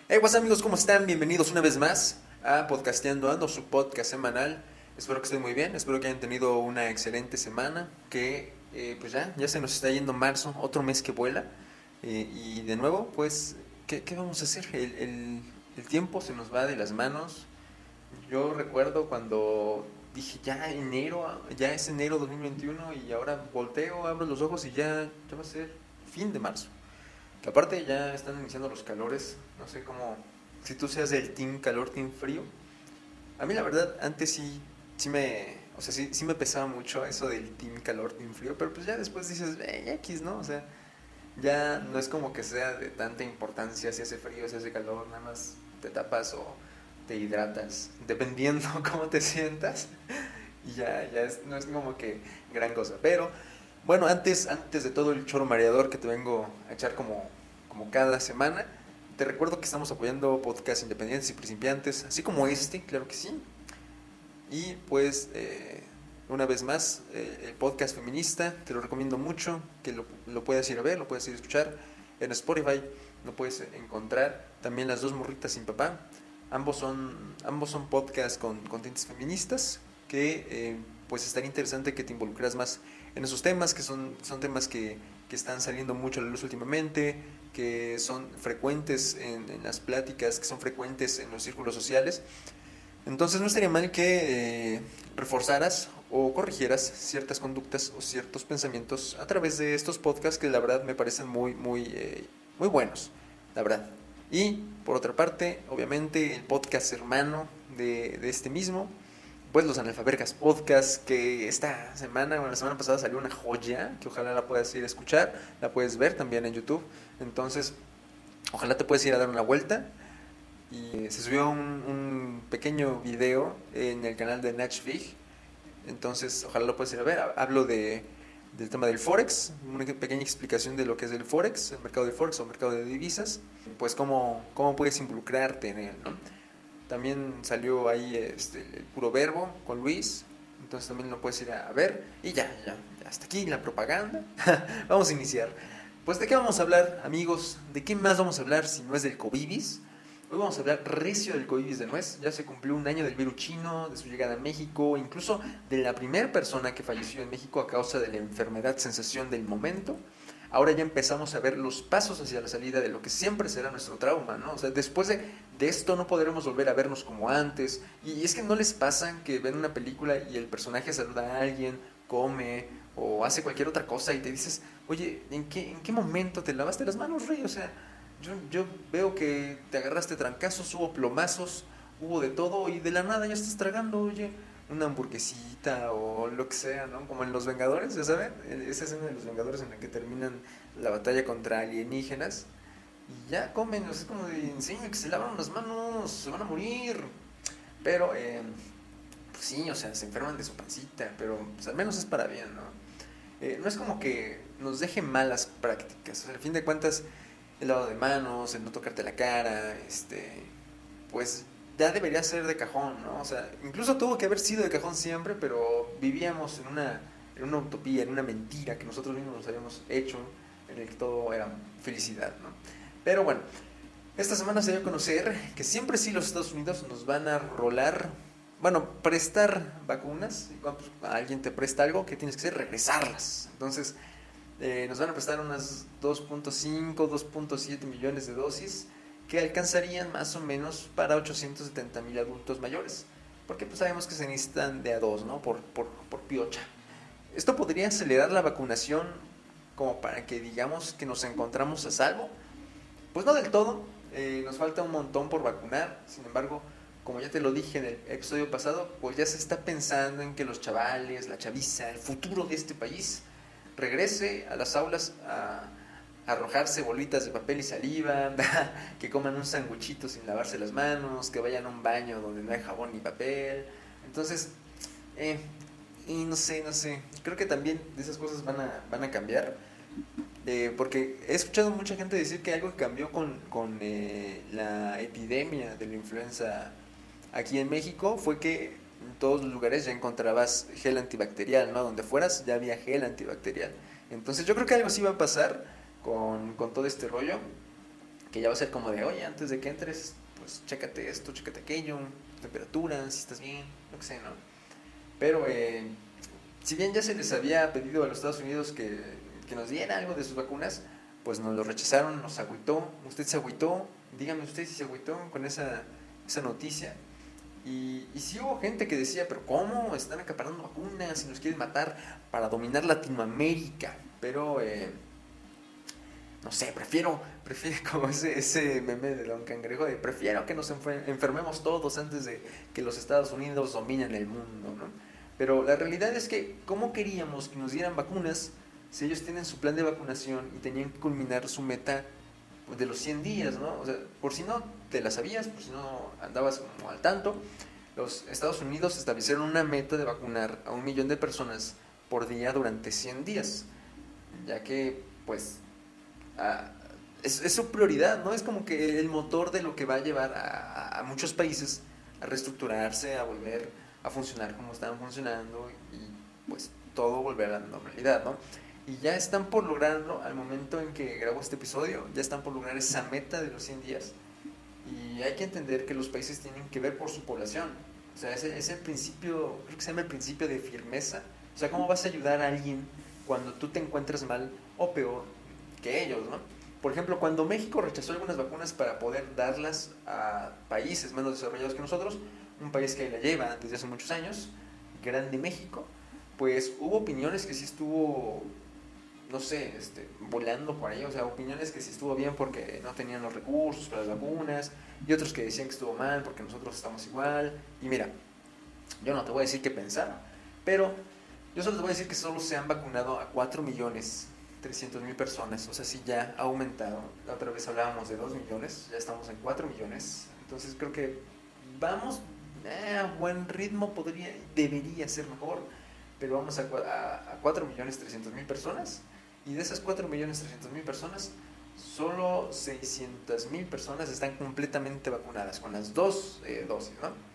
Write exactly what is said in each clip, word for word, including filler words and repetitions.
Hey, what's up, amigos, ¿cómo están? Bienvenidos una vez más a Podcasteando Ando, su podcast semanal. Espero que estén muy bien, espero que hayan tenido una excelente semana, que eh, pues ya, ya se nos está yendo marzo, otro mes que vuela. Eh, y de nuevo, pues, ¿qué, qué vamos a hacer? El, el, el tiempo se nos va de las manos. Yo recuerdo cuando dije, ya enero, ya es enero dos mil veintiuno y ahora volteo, abro los ojos y ya, ya va a ser fin de marzo. Que aparte ya están iniciando los calores, no sé cómo, si tú seas del team calor, team frío. A mí la verdad antes sí, sí me, o sea, sí, sí me pesaba mucho eso del team calor, team frío, pero pues ya después dices, eh, X, ¿no? O sea, ya no es como que sea de tanta importancia si hace frío, si hace calor, nada más te tapas o te hidratas, dependiendo cómo te sientas. Y ya, ya es, no es como que gran cosa, pero bueno, antes, antes de todo el choro mareador que te vengo a echar como, como cada semana, te recuerdo que estamos apoyando podcasts independientes y principiantes, así como este, claro que sí. Y pues, eh, una vez más, eh, el podcast feminista, te lo recomiendo mucho, que lo, lo puedas ir a ver, lo puedas ir a escuchar en Spotify, lo puedes encontrar. También Las Dos Morritas Sin Papá, ambos son, ambos son podcasts con, con tintes feministas, que eh, pues estaría interesante que te involucras más en esos temas, que son, son temas que, que están saliendo mucho a la luz últimamente, que son frecuentes en, en las pláticas, que son frecuentes en los círculos sociales. Entonces no estaría mal que eh, reforzaras o corrigieras ciertas conductas o ciertos pensamientos a través de estos podcasts que la verdad me parecen muy, muy, eh, muy buenos, la verdad. Y por otra parte, obviamente, el podcast hermano de, de este mismo, pues los Analfabergas Podcast, que esta semana, bueno, la semana pasada salió una joya, que ojalá la puedas ir a escuchar, la puedes ver también en YouTube. Entonces, ojalá te puedas ir a dar una vuelta. Y se subió un, un pequeño video en el canal de Nachvig. Entonces, ojalá lo puedas ir a ver. Hablo de, del tema del Forex, una pequeña explicación de lo que es el Forex, el mercado del Forex o mercado de divisas, pues cómo, cómo puedes involucrarte en él, ¿no? También salió ahí este, el puro verbo con Luis, entonces también lo puedes ir a ver. Y ya, ya, ya hasta aquí la propaganda. Vamos a iniciar. Pues de qué vamos a hablar, amigos, de qué más vamos a hablar si no es del Covivis. Hoy vamos a hablar recio del Covivis de nuez. Ya se cumplió un año del virus chino, de su llegada a México, incluso de la primera persona que falleció en México a causa de la enfermedad sensación del momento. Ahora ya empezamos a ver los pasos hacia la salida de lo que siempre será nuestro trauma, ¿no? O sea, después de, de esto no podremos volver a vernos como antes. Y es que no les pasa que ven una película y el personaje saluda a alguien, come o hace cualquier otra cosa y te dices, oye, ¿en qué, en qué momento te lavaste las manos, Rey? O sea, yo, yo veo que te agarraste trancazos, hubo plomazos, hubo de todo y de la nada ya estás tragando, oye, una hamburguesita o lo que sea, ¿no? Como en Los Vengadores, ¿ya saben? Esa escena de Los Vengadores en la que terminan la batalla contra alienígenas y ya comen, o sea, es como de, enseña que se lavan las manos, se van a morir. Pero, eh, pues sí, o sea, se enferman de su pancita, pero pues, al menos es para bien, ¿no? Eh, no es como que nos deje malas prácticas, o sea, al fin de cuentas, el lavado de manos, el no tocarte la cara, este, pues ya debería ser de cajón, ¿no? O sea, incluso tuvo que haber sido de cajón siempre, pero vivíamos en una, en una utopía, en una mentira que nosotros mismos nos habíamos hecho, en el que todo era felicidad, ¿no? Pero bueno, esta semana se dio a conocer que siempre sí los Estados Unidos nos van a rolar, bueno, prestar vacunas. Y cuando pues, alguien te presta algo, ¿qué tienes que hacer? Regresarlas. Entonces, eh, nos van a prestar unas dos punto cinco, dos punto siete millones de dosis que alcanzarían más o menos para ochocientos setenta mil adultos mayores. Porque pues sabemos que se necesitan de a dos, ¿no? Por, por, por piocha. Esto podría acelerar la vacunación como para que digamos que nos encontramos a salvo. Pues no del todo, eh, nos falta un montón por vacunar. Sin embargo, como ya te lo dije en el episodio pasado, pues ya se está pensando en que los chavales, la chaviza, el futuro de este país regrese a las aulas a, a arrojarse bolitas de papel y saliva, que coman un sanguchito sin lavarse las manos, que vayan a un baño donde no hay jabón ni papel. Entonces, eh, y no sé, no sé, creo que también esas cosas van a, van a cambiar. Eh, porque he escuchado mucha gente decir que algo que cambió con, con eh, la epidemia de la influenza aquí en México fue que en todos los lugares ya encontrabas gel antibacterial, ¿no? Donde fueras ya había gel antibacterial. Entonces yo creo que algo así va a pasar con, con todo este rollo. que ya va a ser como de, oye, antes de que entres, pues chécate esto, chécate aquello, temperatura, si estás bien, lo que sea, ¿no? Pero, eh, si bien ya se les había pedido a los Estados Unidos que, que nos diera algo de sus vacunas, pues nos lo rechazaron, nos agüitó. Usted se agüitó, dígame usted si se agüitó con esa, esa noticia. Y, y sí hubo gente que decía, pero ¿cómo? Están acaparando vacunas y nos quieren matar para dominar Latinoamérica. Pero, eh, no sé, prefiero, prefiero como ese, ese meme de Don Cangrejo, de prefiero que nos enfermemos todos antes de que los Estados Unidos dominen el mundo, ¿no? Pero la realidad es que, ¿cómo queríamos que nos dieran vacunas si ellos tienen su plan de vacunación y tenían que culminar su meta de los cien días, ¿no? O sea, por si no te la sabías, por si no andabas como al tanto, los Estados Unidos establecieron una meta de vacunar a un millón de personas por día durante cien días, ya que, pues, a, es, es, su prioridad, ¿no? Es como que el motor de lo que va a llevar a, a muchos países a reestructurarse, a volver a funcionar como estaban funcionando y, pues, todo volver a la normalidad, ¿no? Y ya están por lograrlo al momento en que grabo este episodio, ya están por lograr esa meta de los cien días. Y hay que entender que los países tienen que ver por su población. O sea, ese es el principio, creo que se llama el principio de firmeza. O sea, ¿cómo vas a ayudar a alguien cuando tú te encuentras mal o peor que ellos, ¿no? Por ejemplo, cuando México rechazó algunas vacunas para poder darlas a países menos desarrollados que nosotros, un país que la lleva desde hace muchos años, Grande México, pues hubo opiniones que sí estuvo, no sé, este, volando por ahí, o sea, opiniones que sí estuvo bien porque no tenían los recursos para las vacunas, y otros que decían que estuvo mal porque nosotros estamos igual. Y mira, yo no te voy a decir qué pensar, pero yo solo te voy a decir que solo se han vacunado a cuatro millones trescientos mil personas, o sea, sí ya ha aumentado. La otra vez hablábamos de dos millones, ya estamos en cuatro millones, entonces creo que vamos eh, a buen ritmo, podría, debería ser mejor, pero vamos a, a, a cuatro millones trescientos mil personas, y de esas cuatro millones trescientos mil personas, solo seiscientas mil personas están completamente vacunadas con las dos eh, dosis, ¿no?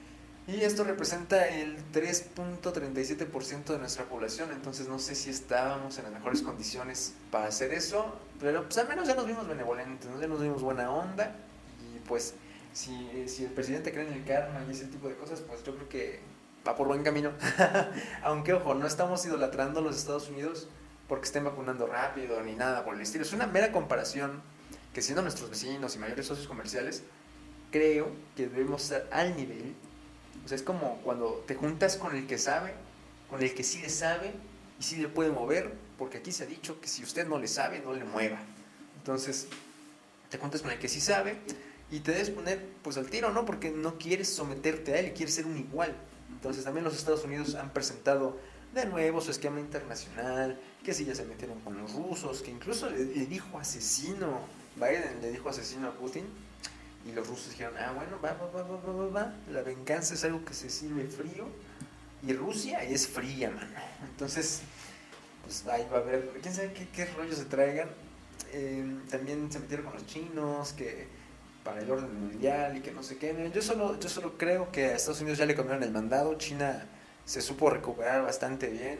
Y esto representa el tres punto treinta y siete por ciento de nuestra población, entonces no sé si estábamos en las mejores condiciones para hacer eso, pero pues al menos ya nos vimos benevolentes, ¿no? Ya nos vimos buena onda, y pues si, si el presidente cree en el karma y ese tipo de cosas, pues yo creo que va por buen camino. Aunque ojo, no estamos idolatrando a los Estados Unidos porque estén vacunando rápido ni nada por el estilo, es una mera comparación que, siendo nuestros vecinos y mayores socios comerciales, creo que debemos estar al nivel. O sea, es como cuando te juntas con el que sabe, con el que sí le sabe y sí le puede mover, porque aquí se ha dicho que si usted no le sabe, no le mueva. Entonces, te juntas con el que sí sabe y te debes poner pues al tiro, ¿no? Porque no quieres someterte a él, quieres ser un igual. Entonces, también los Estados Unidos han presentado de nuevo su esquema internacional, que sí ya se metieron con los rusos, que incluso le, le dijo asesino, Biden le dijo asesino a Putin. Y los rusos dijeron, ah, bueno, va, va, va, va, va, va. La venganza es algo que se sirve frío. Y Rusia es fría, mano. Entonces, pues ahí va a haber, quién sabe qué, qué rollos se traigan. Eh, también se metieron con los chinos, que para el orden mundial y que no sé qué. Yo solo, yo solo creo que a Estados Unidos ya le cambiaron el mandado. China se supo recuperar bastante bien.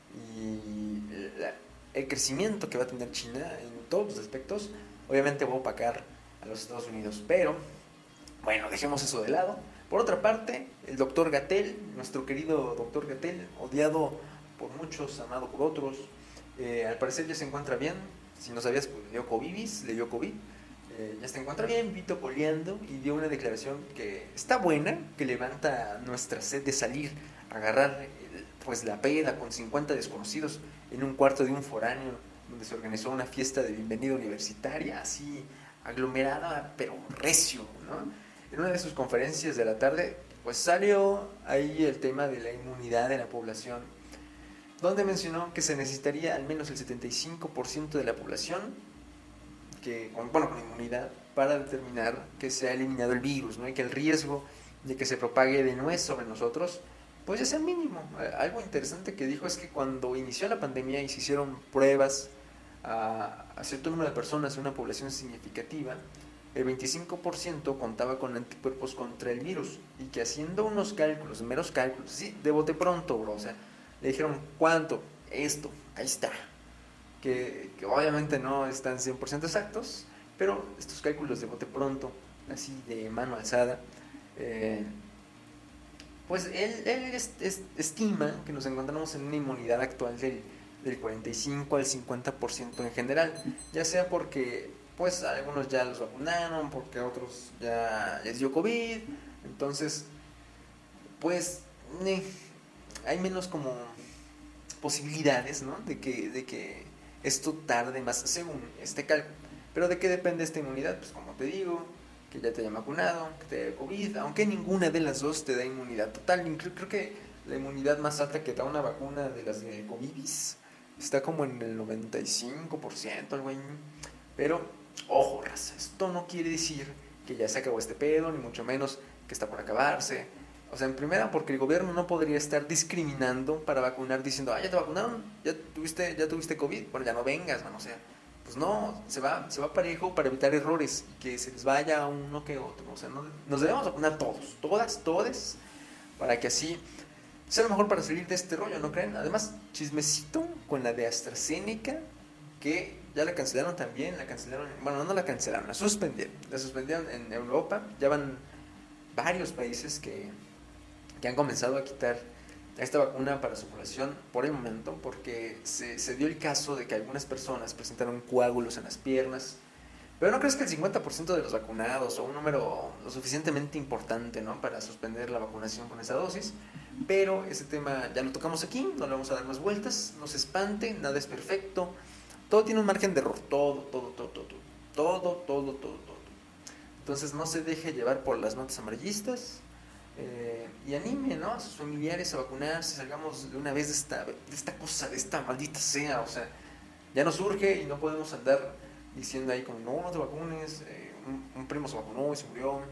Y la, el crecimiento que va a tener China en todos los aspectos, obviamente va a opacar a los Estados Unidos, pero bueno, dejemos eso de lado. Por otra parte, el doctor Gatell, nuestro querido doctor Gatell, odiado por muchos, amado por otros, eh, al parecer ya se encuentra bien. Si no sabías, pues le dio COVID, le dio COVID, eh, ya se encuentra bien, vito coleando, y dio una declaración que está buena, que levanta nuestra sed de salir, agarrar pues la peda con cincuenta desconocidos en un cuarto de un foráneo, donde se organizó una fiesta de bienvenida universitaria, así aglomerada, pero recio, ¿no? En una de sus conferencias de la tarde, pues salió ahí el tema de la inmunidad de la población, donde mencionó que se necesitaría al menos el setenta y cinco por ciento de la población que, con, bueno, con inmunidad, para determinar que se ha eliminado el virus, ¿no? Y que el riesgo de que se propague de nuez sobre nosotros, pues ya sea mínimo. Algo interesante que dijo es que cuando inició la pandemia y se hicieron pruebas A, a cierto número de personas, una población significativa, el veinticinco por ciento contaba con anticuerpos contra el virus, y que haciendo unos cálculos, meros cálculos, sí, de bote pronto, bro, o sea, le dijeron, ¿cuánto? Esto, ahí está, que, que obviamente no están cien por ciento exactos, Pero estos cálculos de bote pronto, así de mano alzada, eh, pues él, él es, es, estima que nos encontramos en una inmunidad actual del, del cuarenta y cinco al cincuenta por ciento en general, ya sea porque pues algunos ya los vacunaron, porque a otros ya les dio COVID, entonces pues eh, hay menos como posibilidades, ¿no? De que, de que esto tarde más según este cálculo. Pero ¿de qué depende esta inmunidad? Pues como te digo, que ya te hayan vacunado, que te dé COVID, aunque ninguna de las dos te da inmunidad total. Creo, creo que la inmunidad más alta que da una vacuna de las de COVID está como en el noventa y cinco por ciento, algo ahí. Pero, ojo, raza, esto no quiere decir que ya se acabó este pedo, ni mucho menos que está por acabarse. O sea, en primera, porque el gobierno no podría estar discriminando para vacunar diciendo, ah, ya te vacunaron, ya tuviste, ya tuviste COVID, bueno, ya no vengas, man, o sea, pues no, se va, se va parejo para evitar errores y que se les vaya uno que otro, o sea, no, nos debemos vacunar todos, todas, todes, para que así sea lo mejor para salir de este rollo, ¿no creen? Además, chismecito con la de AstraZeneca, que ya la cancelaron también, la cancelaron, bueno, no la cancelaron, la suspendieron, la suspendieron en Europa, ya van varios países que, que han comenzado a quitar esta vacuna para su población por el momento, porque se, se dio el caso de que algunas personas presentaron coágulos en las piernas, pero no crees que el cincuenta por ciento de los vacunados o un número lo suficientemente importante, ¿no?, para suspender la vacunación con esa dosis. Pero ese tema ya lo tocamos aquí, no le vamos a dar más vueltas, no se espante, nada es perfecto, todo tiene un margen de error, todo, todo, todo, todo, todo, todo, todo, todo, todo. Entonces no se deje llevar por las notas amarillistas. Eh, y anime, ¿no?, a sus familiares a vacunarse, salgamos de una vez de esta, de esta cosa, de esta maldita sea, o sea, ya nos surge y no podemos andar diciendo ahí como, no, no te vacunes, eh, un, un primo se vacunó y se murió,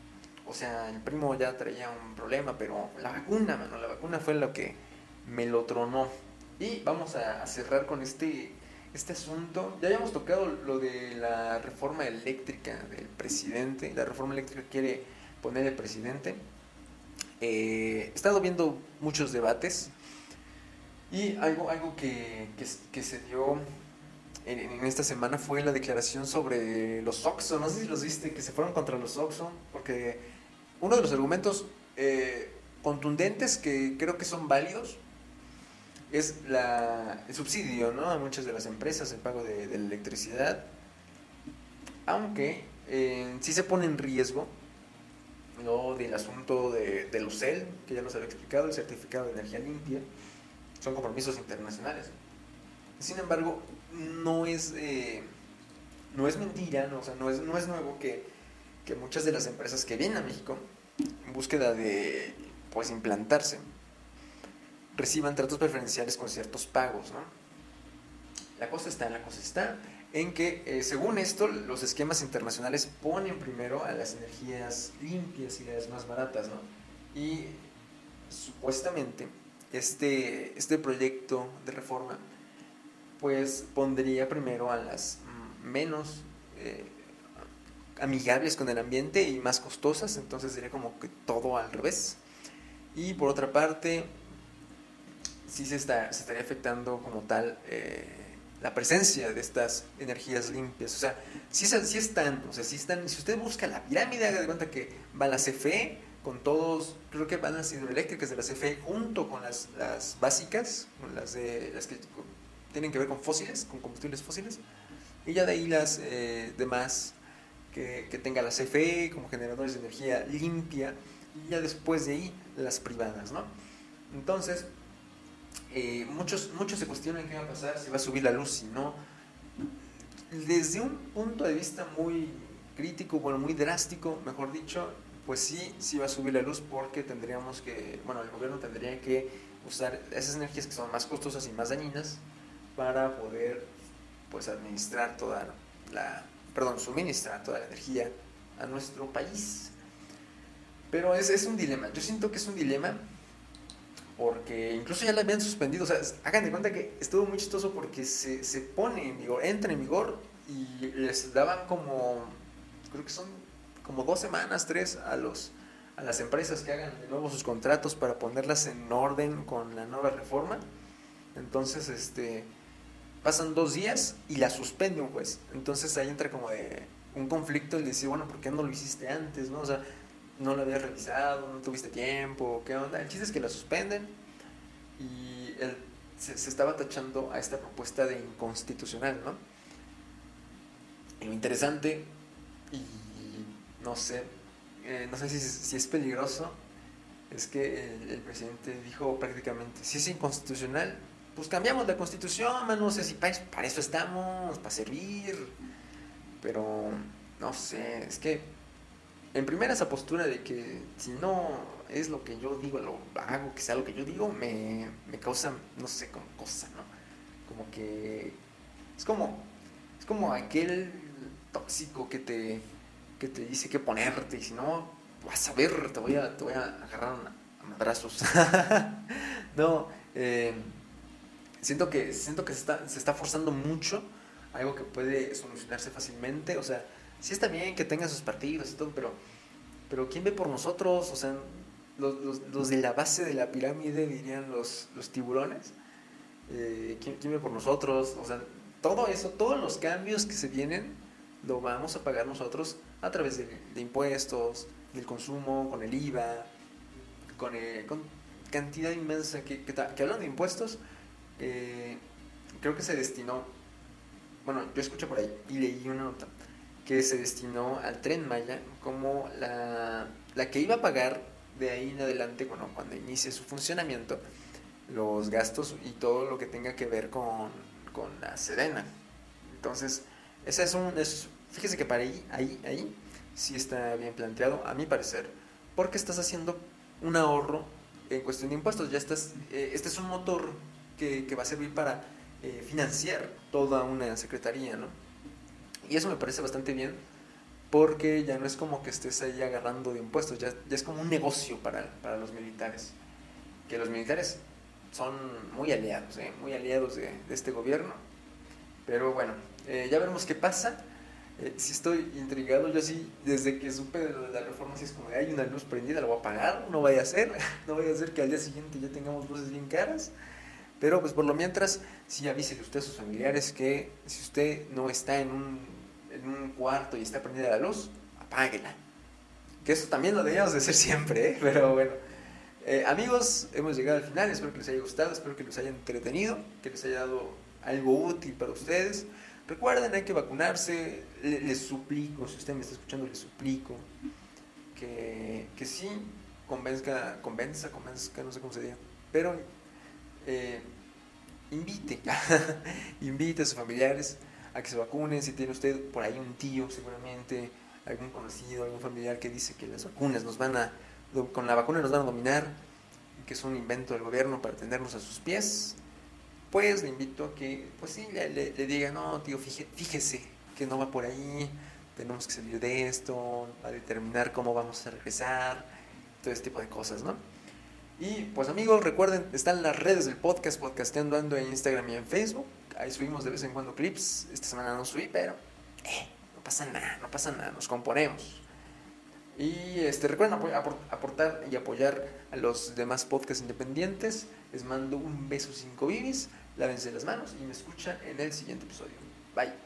o sea, el primo ya traía un problema, pero la vacuna, mano, la vacuna fue lo que me lo tronó. Y vamos a, a cerrar con este, este asunto. Ya habíamos tocado lo de la reforma eléctrica del presidente, la reforma eléctrica que quiere poner el presidente. Eh, he estado viendo muchos debates y algo, algo que, que, que se dio en, en esta semana fue la declaración sobre los Oxxo. No sé si los viste, que se fueron contra los Oxxo, porque uno de los argumentos eh, contundentes que creo que son válidos es la, el subsidio, ¿no?, a muchas de las empresas, el pago de, de la electricidad, aunque eh, sí se pone en riesgo lo del asunto de, de los C E L, que ya nos había explicado, el certificado de energía limpia, son compromisos internacionales. Sin embargo, no es, eh, no es mentira, ¿no? O sea, no es, no es nuevo que, que muchas de las empresas que vienen a México en búsqueda de, pues, implantarse, reciban tratos preferenciales con ciertos pagos, ¿no? La cosa está, la cosa está en que, eh, según esto, los esquemas internacionales ponen primero a las energías limpias y las más baratas, ¿no? Y supuestamente este, este proyecto de reforma pues pondría primero a las menos eh, amigables con el ambiente y más costosas, entonces sería como que todo al revés. Y por otra parte, sí se, está, se estaría afectando como tal eh, la presencia de estas energías limpias. O sea, sí, sí están, o sea, sí están. Si usted busca la pirámide, haga de cuenta que va la C F E con todos, creo que van las hidroeléctricas de la C F E junto con las, las básicas, con las, de, las que tienen que ver con fósiles, con combustibles fósiles, y ya de ahí las eh, demás que, que tenga la C F E como generadores de energía limpia, y ya después de ahí las privadas, ¿no? Entonces, eh, muchos, muchos se cuestionan qué va a pasar, si va a subir la luz, si no. Desde un punto de vista muy crítico, bueno, muy drástico, mejor dicho, pues sí, sí va a subir la luz, porque tendríamos que, bueno, el gobierno tendría que usar esas energías que son más costosas y más dañinas para poder, pues, administrar toda la, perdón, suministrar toda la energía a nuestro país. Pero es, es un dilema, yo siento que es un dilema porque incluso ya la habían suspendido. O sea, hagan de cuenta que estuvo muy chistoso porque se, se pone en vigor, entra en vigor, y les daban como, creo que son como dos semanas, tres, a los a las empresas que hagan de nuevo sus contratos para ponerlas en orden con la nueva reforma. Entonces, este, pasan dos días y la suspende un juez. Entonces ahí entra como de, un conflicto el decir, bueno, ¿por qué no lo hiciste antes, no? O sea, no lo habías revisado, no tuviste tiempo, ¿qué onda? El chiste es que la suspenden y él se, se estaba tachando a esta propuesta de inconstitucional, ¿no? Y lo interesante, y no sé, eh, no sé si, si es peligroso, es que el, el presidente dijo prácticamente, si es inconstitucional, pues cambiamos la constitución, man, no sé si para, para eso estamos, para servir, pero no sé, es que en primera esa postura de que si no es lo que yo digo, lo hago, que sea lo que yo digo, me, me causa, no sé, como cosa, ¿no? Como que es como, es como aquel tóxico que te, que te dice qué ponerte y si no, vas a ver, te voy a, te voy a agarrar a, a madrazos. No, eh, siento que, siento que se está, se está forzando mucho algo que puede solucionarse fácilmente, o sea, sí está bien que tengan sus partidos y todo, pero, pero ¿quién ve por nosotros? O sea, los, los, los de la base de la pirámide, dirían los, los tiburones, eh, ¿quién, ¿quién ve por nosotros? O sea, todo eso, todos los cambios que se vienen, lo vamos a pagar nosotros a través de, de impuestos, del consumo, con el I V A, con, eh, con cantidad inmensa que, que, que hablan de impuestos, eh, creo que se destinó, bueno, yo escuché por ahí y leí una nota que se destinó al Tren Maya como la, la que iba a pagar de ahí en adelante, bueno, cuando inicie su funcionamiento, los gastos y todo lo que tenga que ver con, con la Sedena. Entonces, ese es un, es, fíjese que para ahí, ahí, ahí, sí está bien planteado, a mi parecer, porque estás haciendo un ahorro en cuestión de impuestos, ya estás, eh, este es un motor que, que va a servir para eh, financiar toda una secretaría, ¿no? Y eso me parece bastante bien, porque ya no es como que estés ahí agarrando de impuestos, ya, ya es como un negocio para, para los militares, que los militares son muy aliados, ¿eh? muy aliados de, de este gobierno, pero bueno, eh, ya veremos qué pasa. Eh, si estoy intrigado, yo sí, desde que supe de la reforma, sí es como de hay una luz prendida, la voy a apagar, no vaya a ser, no vaya a ser que al día siguiente ya tengamos luces bien caras, pero pues por lo mientras, sí avísele usted a sus familiares que si usted no está en un, en un cuarto y está prendida la luz, apáguela, que eso también lo debíamos de hacer siempre, ¿eh? Pero bueno, eh, amigos, hemos llegado al final, espero que les haya gustado, espero que les haya entretenido, que les haya dado algo útil para ustedes. Recuerden, hay que vacunarse. Les, les suplico, si usted me está escuchando, les suplico que, que sí convenzca, convenza, convenzca, no sé cómo se diga, pero eh, invite, invite a sus familiares a que se vacunen. Si tiene usted por ahí un tío, seguramente algún conocido, algún familiar que dice que las vacunas nos van a, con la vacuna nos van a dominar, que es un invento del gobierno para tenernos a sus pies, pues le invito a que, pues sí, le, le, le diga, no, tío, fíjese, fíjese que no va por ahí, tenemos que salir de esto, a determinar cómo vamos a regresar, todo este tipo de cosas, ¿no? Y pues amigos, recuerden, están las redes del podcast, Podcasteando Ando en Instagram y en Facebook, ahí subimos de vez en cuando clips, esta semana no subí, pero eh, no pasa nada, no pasa nada, nos componemos. Y este, recuerden aportar y apoyar a los demás podcasts independientes. Les mando un beso cinco bibis, lávense las manos y me escuchan en el siguiente episodio. Bye.